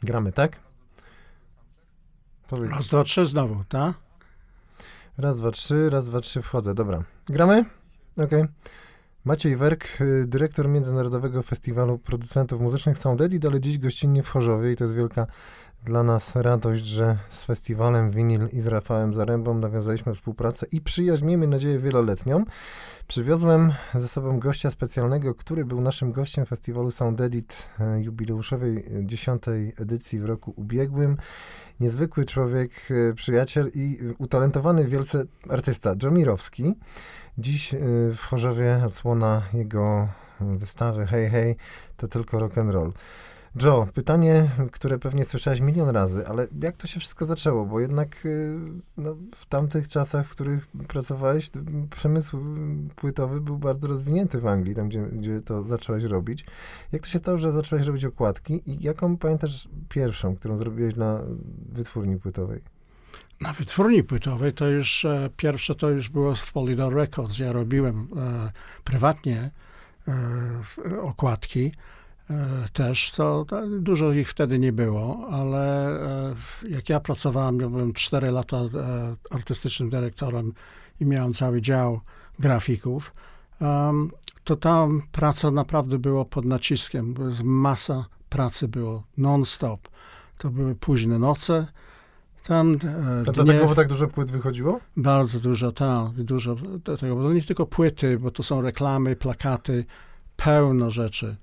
Gramy, tak? Powiedz. Raz, dwa, trzy znowu, tak? Raz, dwa, trzy, wchodzę. Dobra. Gramy? Okej. Maciej Werk, dyrektor Międzynarodowego Festiwalu Producentów Muzycznych Sound Edit, ale dziś gościnnie w Chorzowie i to jest wielka dla nas radość, że z festiwalem Vinyl i z Rafałem Zarębą nawiązaliśmy współpracę i przyjaźń, miejmy nadzieję, wieloletnią. Przywiozłem ze sobą gościa specjalnego, który był naszym gościem festiwalu Sound Edit jubileuszowej 10. edycji w roku ubiegłym. Niezwykły człowiek, przyjaciel i utalentowany wielce artysta, Joe Mirowski. Dziś w Chorzowie odsłona jego wystawy Hej, hej, to tylko rock and roll. Joe, pytanie, które pewnie słyszałeś milion razy, ale jak to się wszystko zaczęło? Bo jednak w tamtych czasach, w których pracowałeś, przemysł płytowy był bardzo rozwinięty w Anglii, tam gdzie to zacząłeś robić. Jak to się stało, że zacząłeś robić okładki i jaką pamiętasz pierwszą, którą zrobiłeś dla wytwórni płytowej? Na wytwórni płytowej to już pierwsze to już było w Polydor Records. Ja robiłem prywatnie okładki też, co dużo ich wtedy nie było, ale jak ja pracowałem, ja byłem 4 lata artystycznym dyrektorem i miałem cały dział grafików, to tam praca naprawdę była pod naciskiem. Masa pracy było non-stop. To były późne noce. Tam Dlatego tak dużo płyt wychodziło? Bardzo dużo, dużo tego. Bo nie tylko płyty, bo to są reklamy, plakaty, pełno rzeczy.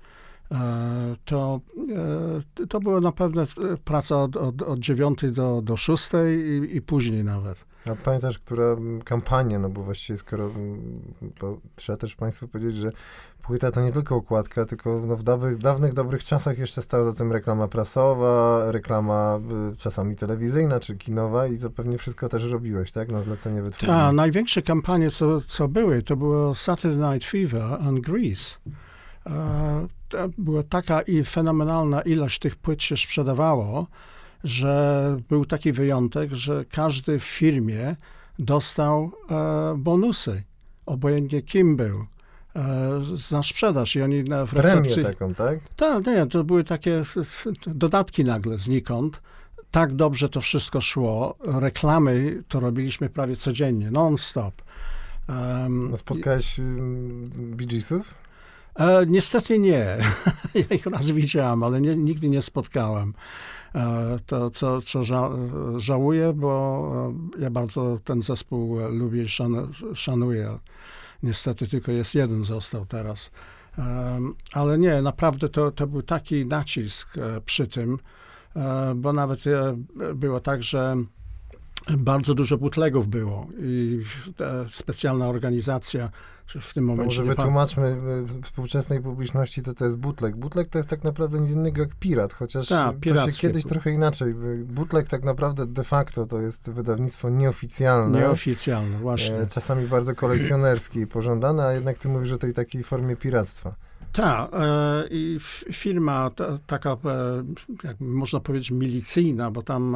To była na pewno praca od 9 do 6 i później nawet. A pamiętasz, która kampania, no bo właściwie bo trzeba też Państwu powiedzieć, że płyta to nie tylko okładka, tylko w dawnych, dobrych czasach jeszcze stała za tym reklama prasowa, reklama czasami telewizyjna czy kinowa i zapewne wszystko też robiłeś, tak? Na zlecenie wytwórni. Tak, największe kampanie, co były, to było Saturday Night Fever and Grease. To była taka fenomenalna ilość tych płyt się sprzedawało, że był taki wyjątek, że każdy w firmie dostał bonusy, obojętnie kim był, za sprzedaż. I oni w recepcji... Premię taką, tak? Tak, nie, to były takie dodatki nagle znikąd. Tak dobrze to wszystko szło. Reklamy to robiliśmy prawie codziennie, non-stop. Spotkałeś Bee Geesów? Niestety nie. Ja ich raz widziałem, ale nigdy nie spotkałem. To, co żałuję, bo ja bardzo ten zespół lubię i szanuję. Niestety tylko jest jeden został teraz. Ale nie, naprawdę to był taki nacisk przy tym, bo nawet było tak, że bardzo dużo bootlegów było i specjalna organizacja w tym momencie... Może wytłumaczmy współczesnej publiczności, co to jest bootleg. Bootleg to jest tak naprawdę nic innego jak pirat, chociaż to się kiedyś trochę inaczej. Bootleg tak naprawdę de facto to jest wydawnictwo nieoficjalne. Nieoficjalne, właśnie. Czasami bardzo kolekcjonerskie i pożądane, a jednak ty mówisz o tej takiej formie piractwa. Tak, i firma taka, jak można powiedzieć, milicyjna, bo tam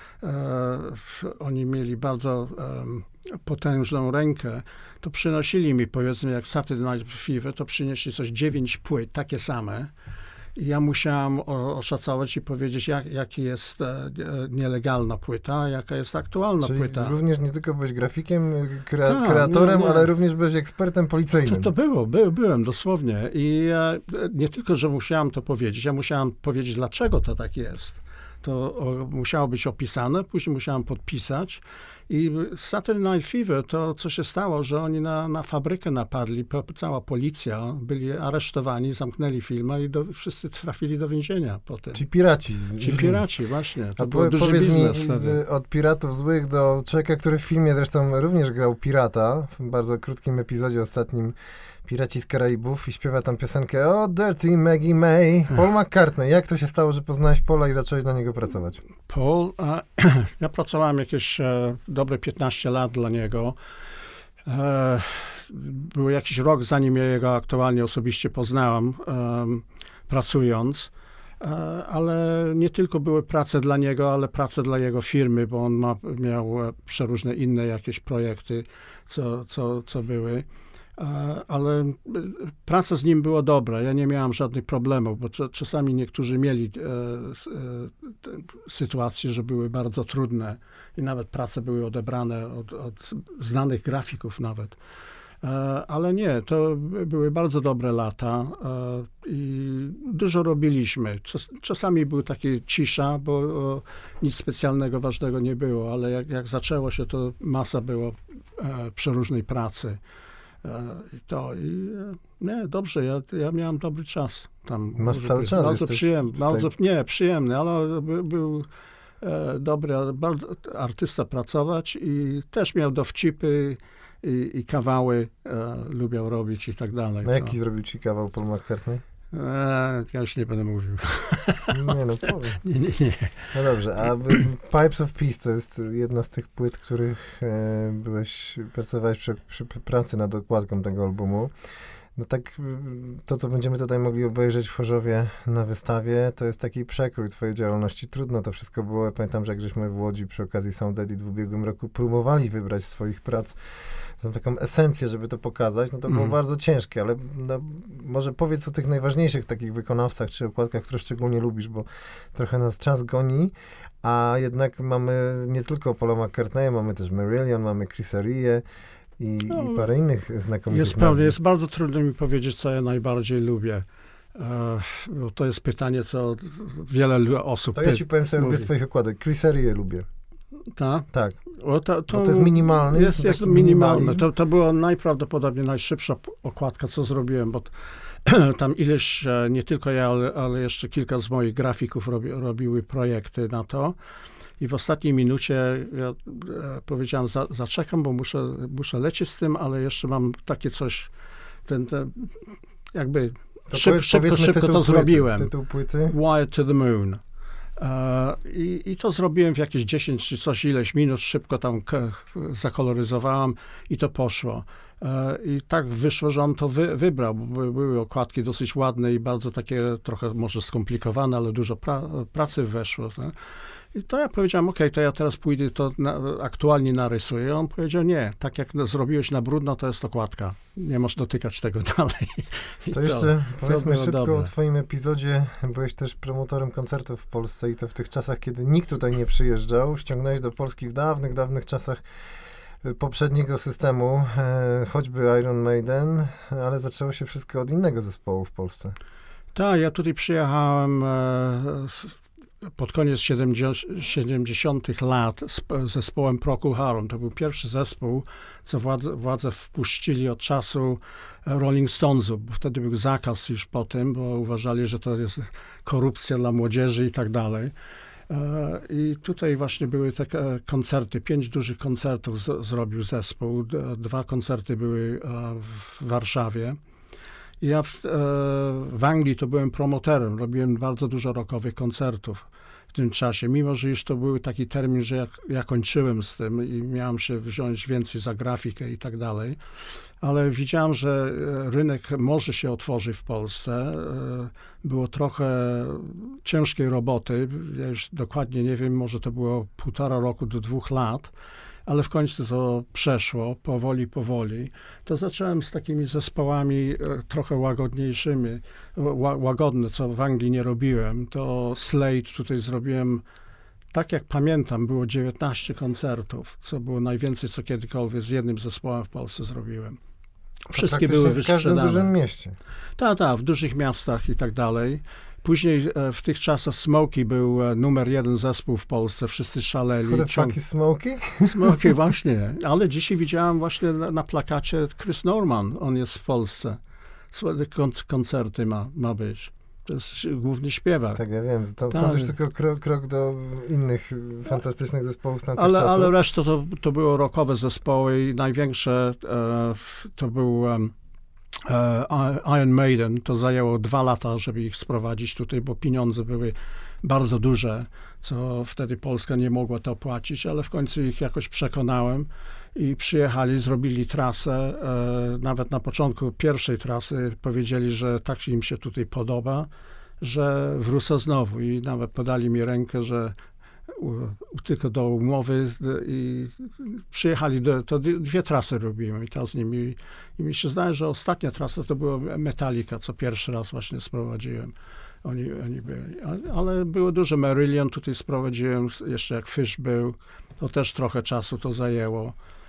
oni mieli bardzo potężną rękę, to przynosili mi, powiedzmy, jak Saturday Night Fever, to przynieśli coś 9 płyt, takie same. I ja musiałem oszacować i powiedzieć, jaki jest nielegalna płyta, a jaka jest aktualna płyta. Czyli również nie tylko byłeś grafikiem, kreatorem, nie. Ale również byłeś ekspertem policyjnym. To byłem dosłownie. I nie tylko, że musiałem to powiedzieć, ja musiałem powiedzieć, dlaczego to tak jest. To musiało być opisane, później musiałem podpisać. I Saturday Night Fever, to co się stało, że oni na fabrykę napadli, cała policja, byli aresztowani, zamknęli firmę i wszyscy trafili do więzienia potem. Ci piraci. Ci piraci, właśnie. To był duży biznes wtedy. Od piratów złych do człowieka, który w filmie zresztą również grał pirata, w bardzo krótkim epizodzie ostatnim, Piraci z Karaibów, i śpiewa tam piosenkę o Dirty Maggie May. Paul McCartney. Jak to się stało, że poznałeś Paula i zacząłeś na niego pracować? Paul, ja pracowałem jakieś dobre 15 lat dla niego. Był jakiś rok, zanim ja jego aktualnie osobiście poznałem, pracując. Ale nie tylko były prace dla niego, ale prace dla jego firmy, bo on miał przeróżne inne jakieś projekty, co były. Ale praca z nim była dobra. Ja nie miałem żadnych problemów, bo czasami niektórzy mieli sytuacje, że były bardzo trudne i nawet prace były odebrane od znanych grafików nawet. Ale nie, to były bardzo dobre lata i dużo robiliśmy. Czasami była taka cisza, bo nic specjalnego, ważnego nie było, ale jak zaczęło się, to masa było przeróżnej pracy. Nie, dobrze, ja miałem dobry czas tam. Masz cały czas? Bardzo przyjemny, przyjemny, ale był dobry, bardzo artysta pracować i też miał dowcipy i kawały lubiał robić i tak dalej. No jaki zrobił ci kawał Paul McCartney? Ja już nie będę mówił. Nie, no powiem. Nie. No dobrze, a Pipes of Peace to jest jedna z tych płyt, których pracowałeś przy pracy nad okładką tego albumu. No tak, to co będziemy tutaj mogli obejrzeć w Chorzowie na wystawie, to jest taki przekrój twojej działalności. Trudno to wszystko było. Ja pamiętam, że jak żeśmy w Łodzi przy okazji Sound Edit w ubiegłym roku próbowali wybrać z swoich prac tą taką esencję, żeby to pokazać, no to było bardzo ciężkie, ale no, może powiedz o tych najważniejszych takich wykonawcach czy okładkach, które szczególnie lubisz, bo trochę nas czas goni, a jednak mamy nie tylko Paula McCartneya, mamy też Marillion, mamy Chrisa Ria i parę innych znakomitych jest bardzo trudno mi powiedzieć, co ja najbardziej lubię. Bo to jest pytanie, co wiele osób To ja ci powiem, co ja lubię swoich okładek. Chrisa Ria lubię. Tak. To jest minimalny. Jest minimalne. To była najprawdopodobniej najszybsza okładka, co zrobiłem, bo tam ileś, nie tylko ja, ale jeszcze kilka z moich grafików robiły projekty na to. I w ostatniej minucie ja powiedziałem, zaczekam, bo muszę lecieć z tym, ale jeszcze mam takie coś, jakby szybko to zrobiłem. Tytuł płyty? Wired to the Moon. I to zrobiłem w jakieś 10 czy coś ileś minut, szybko tam zakoloryzowałem i to poszło. I tak wyszło, że on to wybrał, bo były okładki dosyć ładne i bardzo takie trochę może skomplikowane, ale dużo pracy weszło. Tak? I to ja powiedziałem, to ja teraz pójdę, to aktualnie narysuję. I on powiedział, nie, tak jak zrobiłeś na brudno, to jest okładka. Nie możesz dotykać tego dalej. To jeszcze powiedzmy szybko o twoim epizodzie. Byłeś też promotorem koncertów w Polsce i to w tych czasach, kiedy nikt tutaj nie przyjeżdżał. Ściągnąłeś do Polski w dawnych czasach poprzedniego systemu, choćby Iron Maiden, ale zaczęło się wszystko od innego zespołu w Polsce. Tak, ja tutaj przyjechałem pod koniec 70. lat z zespołem Procol Harum. To był pierwszy zespół, co władze wpuścili od czasu Rolling Stonesów, bo wtedy był zakaz już po tym, bo uważali, że to jest korupcja dla młodzieży i tak dalej. I tutaj właśnie były te koncerty, 5 dużych koncertów zrobił zespół. 2 koncerty były w Warszawie. Ja w Anglii to byłem promotorem, robiłem bardzo dużo rockowych koncertów w tym czasie, mimo że już to był taki termin, że ja kończyłem z tym i miałem się wziąć więcej za grafikę i tak dalej, ale widziałem, że rynek może się otworzy w Polsce. Było trochę ciężkiej roboty, ja już dokładnie nie wiem, może to było 1,5 roku do 2 lat, ale w końcu to przeszło, powoli. To zacząłem z takimi zespołami trochę łagodniejszymi, łagodne, co w Anglii nie robiłem. To Slade tutaj zrobiłem, tak jak pamiętam, było 19 koncertów, co było najwięcej, co kiedykolwiek z jednym zespołem w Polsce zrobiłem. Wszystkie były wysprzedane. W każdym dużym mieście. Tak, w dużych miastach i tak dalej. Później w tych czasach Smokey był numer 1 zespół w Polsce, wszyscy szaleli. Who the fuck is Smokey? Smokey, właśnie. Ale dzisiaj widziałem właśnie na plakacie Chris Norman, on jest w Polsce. Koncerty ma być. To jest główny śpiewak. Tak, ja wiem. Stąd już tylko krok do innych fantastycznych zespołów z tamtych czasów. Ale reszta to było rockowe zespoły i największe to był Iron Maiden. To zajęło 2 lata, żeby ich sprowadzić tutaj, bo pieniądze były bardzo duże, co wtedy Polska nie mogła to opłacić, ale w końcu ich jakoś przekonałem i przyjechali, zrobili trasę. Nawet na początku pierwszej trasy powiedzieli, że tak im się tutaj podoba, że wrócę znowu i nawet podali mi rękę, że tylko do umowy i przyjechali, to 2 trasy robiłem i ta z nimi. I mi się zdaje, że ostatnia trasa to była Metallica, co pierwszy raz właśnie sprowadziłem. Oni byli. Ale było dużo. Marillion tutaj sprowadziłem, jeszcze jak Fish był. To też trochę czasu to zajęło.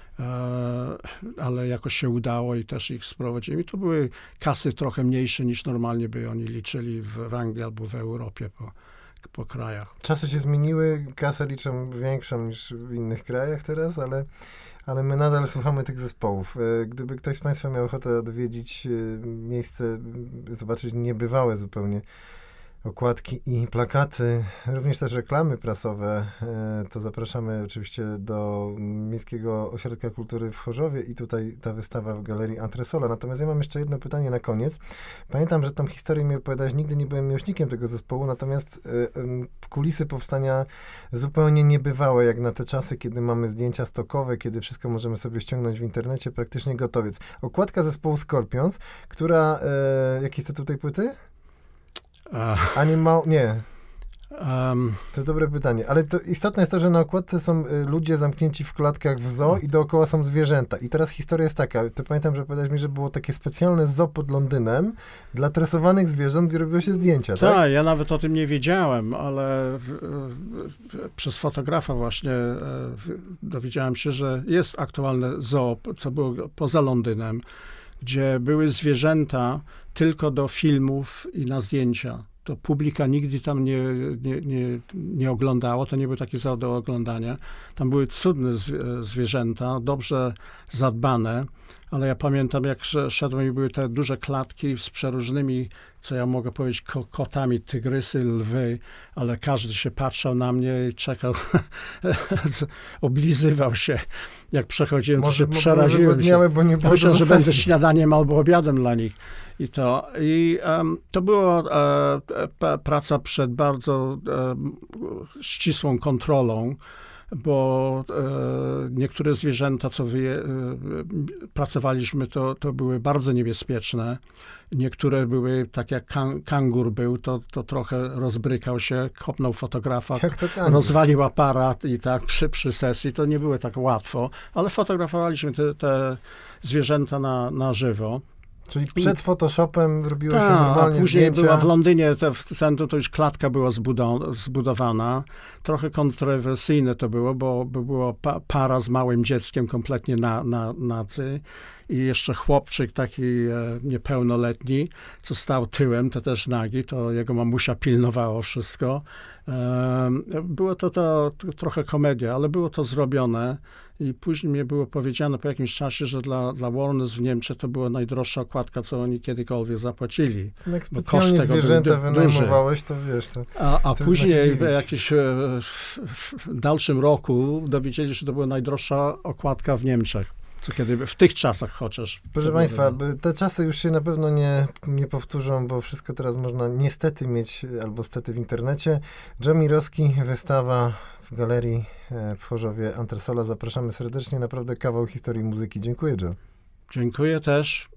Ale jakoś się udało i też ich sprowadziłem. I to były kasy trochę mniejsze niż normalnie by oni liczyli w Anglii albo w Europie po krajach. Czasy się zmieniły, kasę liczą większą niż w innych krajach teraz, ale my nadal słuchamy tych zespołów. Gdyby ktoś z Państwa miał ochotę odwiedzić miejsce, zobaczyć niebywałe zupełnie okładki i plakaty, również też reklamy prasowe, to zapraszamy oczywiście do Miejskiego Ośrodka Kultury w Chorzowie i tutaj ta wystawa w Galerii Antresola. Natomiast ja mam jeszcze jedno pytanie na koniec. Pamiętam, że tą historię mi opowiadałeś, nigdy nie byłem miłośnikiem tego zespołu, natomiast kulisy powstania zupełnie niebywałe, jak na te czasy, kiedy mamy zdjęcia stokowe, kiedy wszystko możemy sobie ściągnąć w internecie, praktycznie gotowiec. Okładka zespołu Scorpions, która, jaki jest tytuł tej płyty? Animal, nie. To jest dobre pytanie, ale to istotne jest to, że na okładce są ludzie zamknięci w klatkach w zoo i dookoła są zwierzęta. I teraz historia jest taka, to pamiętam, że powiedziałeś mi, że było takie specjalne zoo pod Londynem dla tresowanych zwierząt, gdzie robiło się zdjęcia, tak? Tak, ja nawet o tym nie wiedziałem, ale przez fotografa właśnie dowiedziałem się, że jest aktualne zoo, co było poza Londynem, gdzie były zwierzęta tylko do filmów i na zdjęcia. To publika nigdy tam nie oglądało, to nie był taki zoo do oglądania. Tam były cudne zwierzęta, dobrze zadbane, ale ja pamiętam, jak szedłem i były te duże klatki z przeróżnymi, co ja mogę powiedzieć, kotami, tygrysy, lwy, ale każdy się patrzył na mnie i czekał, oblizywał się. Jak przechodziłem, to się przeraziłem się. Bo nie było myślałem, że będę śniadaniem albo obiadem dla nich. To była praca przed bardzo ścisłą kontrolą, bo niektóre zwierzęta, co pracowaliśmy, to były bardzo niebezpieczne. Niektóre były, tak jak kangur był, to trochę rozbrykał się, kopnął fotografa, rozwalił aparat i tak przy sesji. To nie było tak łatwo, ale fotografowaliśmy te zwierzęta na żywo. Czyli przed Photoshopem robiło się normalnie a później zdjęcia. Była w Londynie, w centrum to już klatka była zbudowana. Trochę kontrowersyjne to było, bo była para z małym dzieckiem kompletnie nadzy i jeszcze chłopczyk taki niepełnoletni, co stał tyłem, to też nagi, to jego mamusia pilnowała wszystko. Było to trochę komedia, ale było to zrobione. I później mi było powiedziane po jakimś czasie, że dla Warners w Niemczech to była najdroższa okładka, co oni kiedykolwiek zapłacili. Jak specjalnie zwierzęta wynajmowałeś, to wiesz. A później w dalszym roku dowiedzieli, że to była najdroższa okładka w Niemczech. Co kiedy w tych czasach chociaż. Proszę Państwa, te czasy już się na pewno nie powtórzą, bo wszystko teraz można niestety mieć, albo stety w internecie. Joe Mirowski, wystawa w Galerii w Chorzowie Antresola. Zapraszamy serdecznie, naprawdę kawał historii muzyki. Dziękuję, Joe. Dziękuję też.